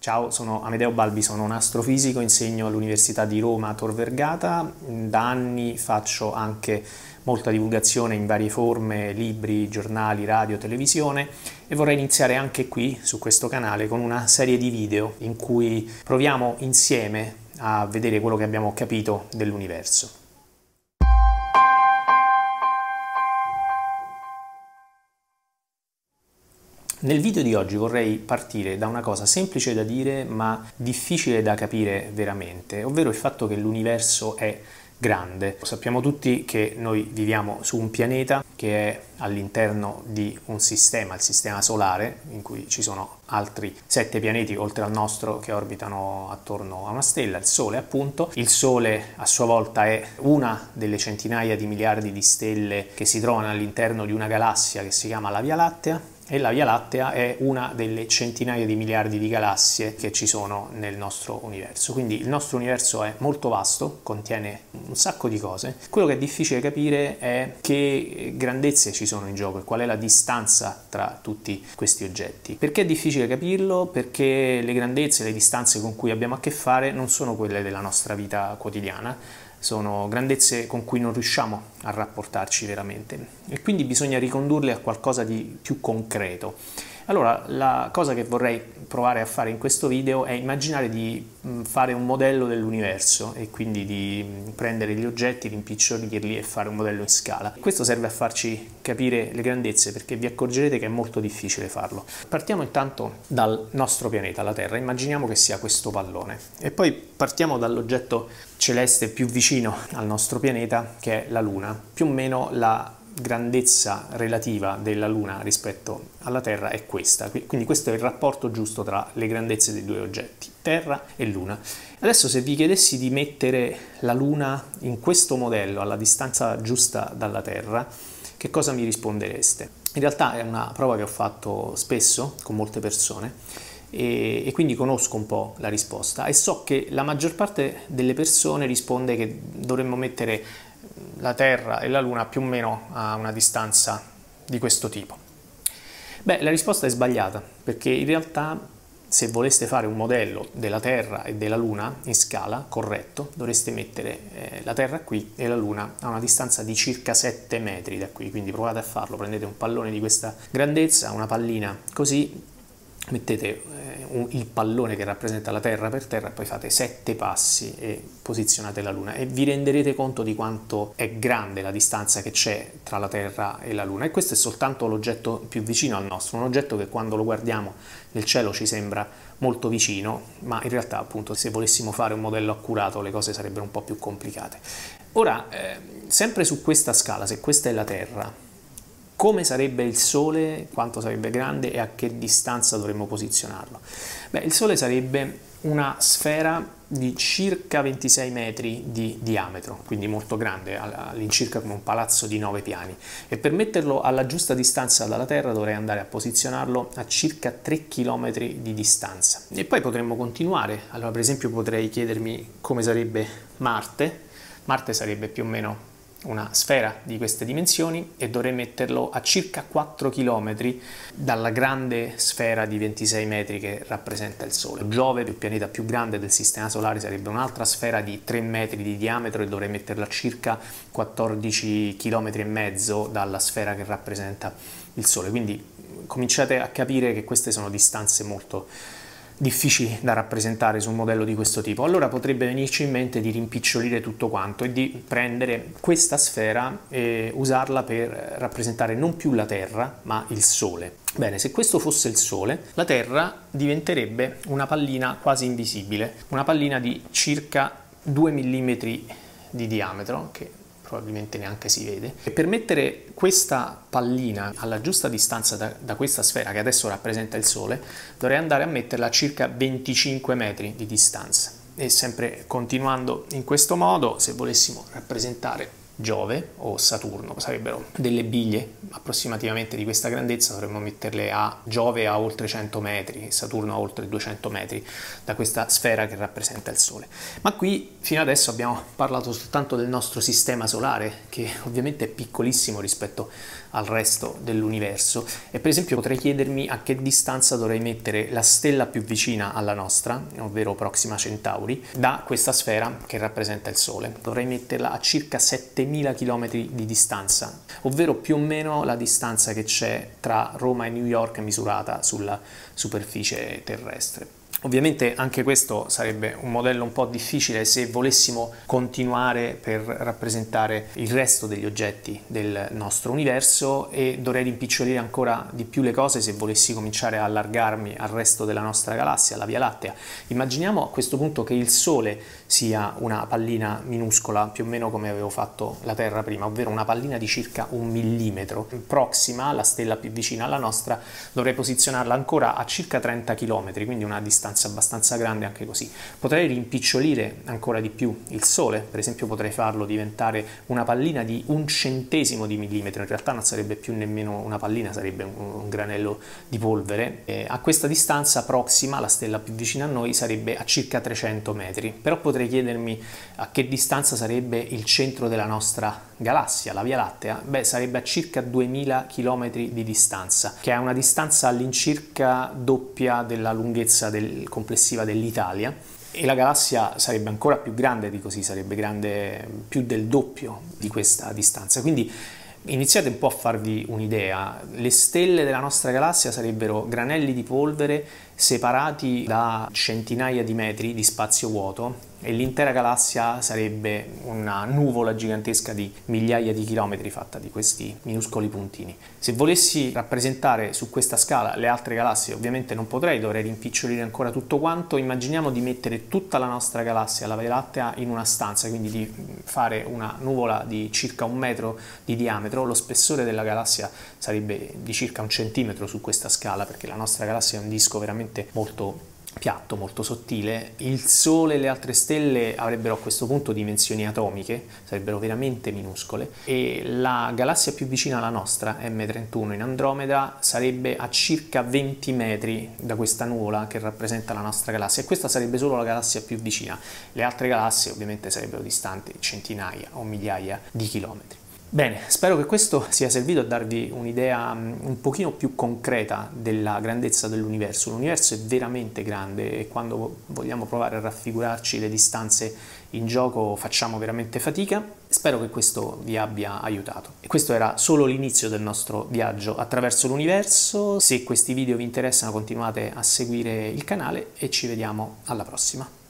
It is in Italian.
Ciao, sono Amedeo Balbi, sono un astrofisico, insegno all'Università di Roma Tor Vergata. Da anni faccio anche molta divulgazione in varie forme, libri, giornali, radio, televisione, e vorrei iniziare anche qui, su questo canale, con una serie di video in cui proviamo insieme a vedere quello che abbiamo capito dell'universo. Nel video di oggi vorrei partire da una cosa semplice da dire ma difficile da capire veramente, ovvero il fatto che l'universo è grande. Sappiamo tutti che noi viviamo su un pianeta che è all'interno di un sistema, il sistema solare, in cui ci sono altri 7 pianeti oltre al nostro che orbitano attorno a una stella, il Sole appunto. Il Sole a sua volta è una delle centinaia di miliardi di stelle che si trovano all'interno di una galassia che si chiama la Via Lattea, e la Via Lattea è una delle centinaia di miliardi di galassie che ci sono nel nostro universo. Quindi il nostro universo è molto vasto, contiene un sacco di cose. Quello che è difficile capire è che grandezze ci sono in gioco e qual è la distanza tra tutti questi oggetti. Perché è difficile capirlo? Perché le grandezze, le distanze con cui abbiamo a che fare non sono quelle della nostra vita quotidiana, sono grandezze con cui non riusciamo a rapportarci veramente e quindi bisogna ricondurle a qualcosa di più concreto. Allora, la cosa che vorrei provare a fare in questo video è immaginare di fare un modello dell'universo e quindi di prendere gli oggetti, rimpicciolirli e fare un modello in scala. Questo serve a farci capire le grandezze, perché vi accorgerete che è molto difficile farlo. Partiamo intanto dal nostro pianeta, la Terra. Immaginiamo che sia questo pallone e poi partiamo dall'oggetto celeste più vicino al nostro pianeta, che è la Luna. Più o meno la grandezza relativa della Luna rispetto alla Terra è questa, quindi questo è il rapporto giusto tra le grandezze dei due oggetti, Terra e Luna. Adesso, se vi chiedessi di mettere la Luna in questo modello alla distanza giusta dalla Terra, che cosa mi rispondereste? In realtà è una prova che ho fatto spesso con molte persone e quindi conosco un po' la risposta e so che la maggior parte delle persone risponde che dovremmo mettere la Terra e la Luna più o meno a una distanza di questo tipo. Beh, la risposta è sbagliata, perché in realtà se voleste fare un modello della Terra e della Luna in scala corretto, dovreste mettere la Terra qui e la Luna a una distanza di circa 7 metri da qui, quindi provate a farlo, prendete un pallone di questa grandezza, una pallina così, mettete il pallone che rappresenta la Terra per terra, poi fate 7 passi e posizionate la Luna e vi renderete conto di quanto è grande la distanza che c'è tra la Terra e la Luna. E questo è soltanto l'oggetto più vicino al nostro, un oggetto che quando lo guardiamo nel cielo ci sembra molto vicino, ma in realtà appunto se volessimo fare un modello accurato le cose sarebbero un po' più complicate. Ora, sempre su questa scala, se questa è la Terra, come sarebbe il Sole, quanto sarebbe grande e a che distanza dovremmo posizionarlo? Beh, il Sole sarebbe una sfera di circa 26 metri di diametro, quindi molto grande, all'incirca come un palazzo di 9 piani. E per metterlo alla giusta distanza dalla Terra dovrei andare a posizionarlo a circa 3 km di distanza. E poi potremmo continuare. Allora, per esempio, potrei chiedermi come sarebbe Marte. Marte sarebbe più o meno una sfera di queste dimensioni e dovrei metterlo a circa 4 km dalla grande sfera di 26 metri che rappresenta il Sole. Giove, il pianeta più grande del Sistema Solare, sarebbe un'altra sfera di 3 metri di diametro e dovrei metterla a circa 14 km e mezzo dalla sfera che rappresenta il Sole. Quindi cominciate a capire che queste sono distanze molto difficili da rappresentare su un modello di questo tipo. Allora potrebbe venirci in mente di rimpicciolire tutto quanto e di prendere questa sfera e usarla per rappresentare non più la Terra ma il Sole. Bene, se questo fosse il Sole, la Terra diventerebbe una pallina quasi invisibile, una pallina di circa 2 mm di diametro, che probabilmente neanche si vede, e per mettere questa pallina alla giusta distanza da questa sfera che adesso rappresenta il Sole dovrei andare a metterla a circa 25 metri di distanza. E sempre continuando in questo modo, se volessimo rappresentare Giove o Saturno. Sarebbero delle biglie approssimativamente di questa grandezza, dovremmo metterle a Giove a oltre 100 metri, Saturno a oltre 200 metri da questa sfera che rappresenta il Sole. Ma qui fino adesso abbiamo parlato soltanto del nostro sistema solare, che ovviamente è piccolissimo rispetto al resto dell'universo, e per esempio potrei chiedermi a che distanza dovrei mettere la stella più vicina alla nostra, ovvero Proxima Centauri, da questa sfera che rappresenta il Sole. Dovrei metterla a circa 7000 km di distanza, ovvero più o meno la distanza che c'è tra Roma e New York misurata sulla superficie terrestre. Ovviamente anche questo sarebbe un modello un po' difficile se volessimo continuare per rappresentare il resto degli oggetti del nostro universo, e dovrei rimpicciolire ancora di più le cose se volessi cominciare a allargarmi al resto della nostra galassia, la Via Lattea. Immaginiamo a questo punto che il Sole sia una pallina minuscola, più o meno come avevo fatto la Terra prima, ovvero una pallina di circa 1 millimetro. Proxima, la stella più vicina alla nostra, dovrei posizionarla ancora a circa 30 km, quindi una distanza abbastanza grande anche così. Potrei rimpicciolire ancora di più il Sole, per esempio potrei farlo diventare una pallina di 1/100 di millimetro, in realtà non sarebbe più nemmeno una pallina, sarebbe un granello di polvere. A questa distanza Proxima, la stella più vicina a noi, sarebbe a circa 300 metri, però potrei chiedermi a che distanza sarebbe il centro della nostra galassia, la Via Lattea. Beh, sarebbe a circa 2000 km di distanza, che è una distanza all'incirca doppia della lunghezza complessiva dell'Italia, e la galassia sarebbe ancora più grande di così, sarebbe grande più del doppio di questa distanza. Quindi iniziate un po' a farvi un'idea. Le stelle della nostra galassia sarebbero granelli di polvere separati da centinaia di metri di spazio vuoto, e l'intera galassia sarebbe una nuvola gigantesca di migliaia di chilometri fatta di questi minuscoli puntini. Se volessi rappresentare su questa scala le altre galassie, ovviamente non potrei, dovrei rimpicciolire ancora tutto quanto. Immaginiamo di mettere tutta la nostra galassia, la Via Lattea, in una stanza, quindi di fare una nuvola di circa 1 metro di diametro. Lo spessore della galassia sarebbe di circa 1 centimetro su questa scala, perché la nostra galassia è un disco veramente molto piatto, molto sottile. Il Sole e le altre stelle avrebbero a questo punto dimensioni atomiche, sarebbero veramente minuscole, e la galassia più vicina alla nostra, M31 in Andromeda, sarebbe a circa 20 metri da questa nuvola che rappresenta la nostra galassia, e questa sarebbe solo la galassia più vicina. Le altre galassie ovviamente sarebbero distanti centinaia o migliaia di chilometri. Bene, spero che questo sia servito a darvi un'idea un pochino più concreta della grandezza dell'universo. L'universo è veramente grande, e quando vogliamo provare a raffigurarci le distanze in gioco facciamo veramente fatica. Spero che questo vi abbia aiutato. E questo era solo l'inizio del nostro viaggio attraverso l'universo. Se questi video vi interessano, continuate a seguire il canale e ci vediamo alla prossima.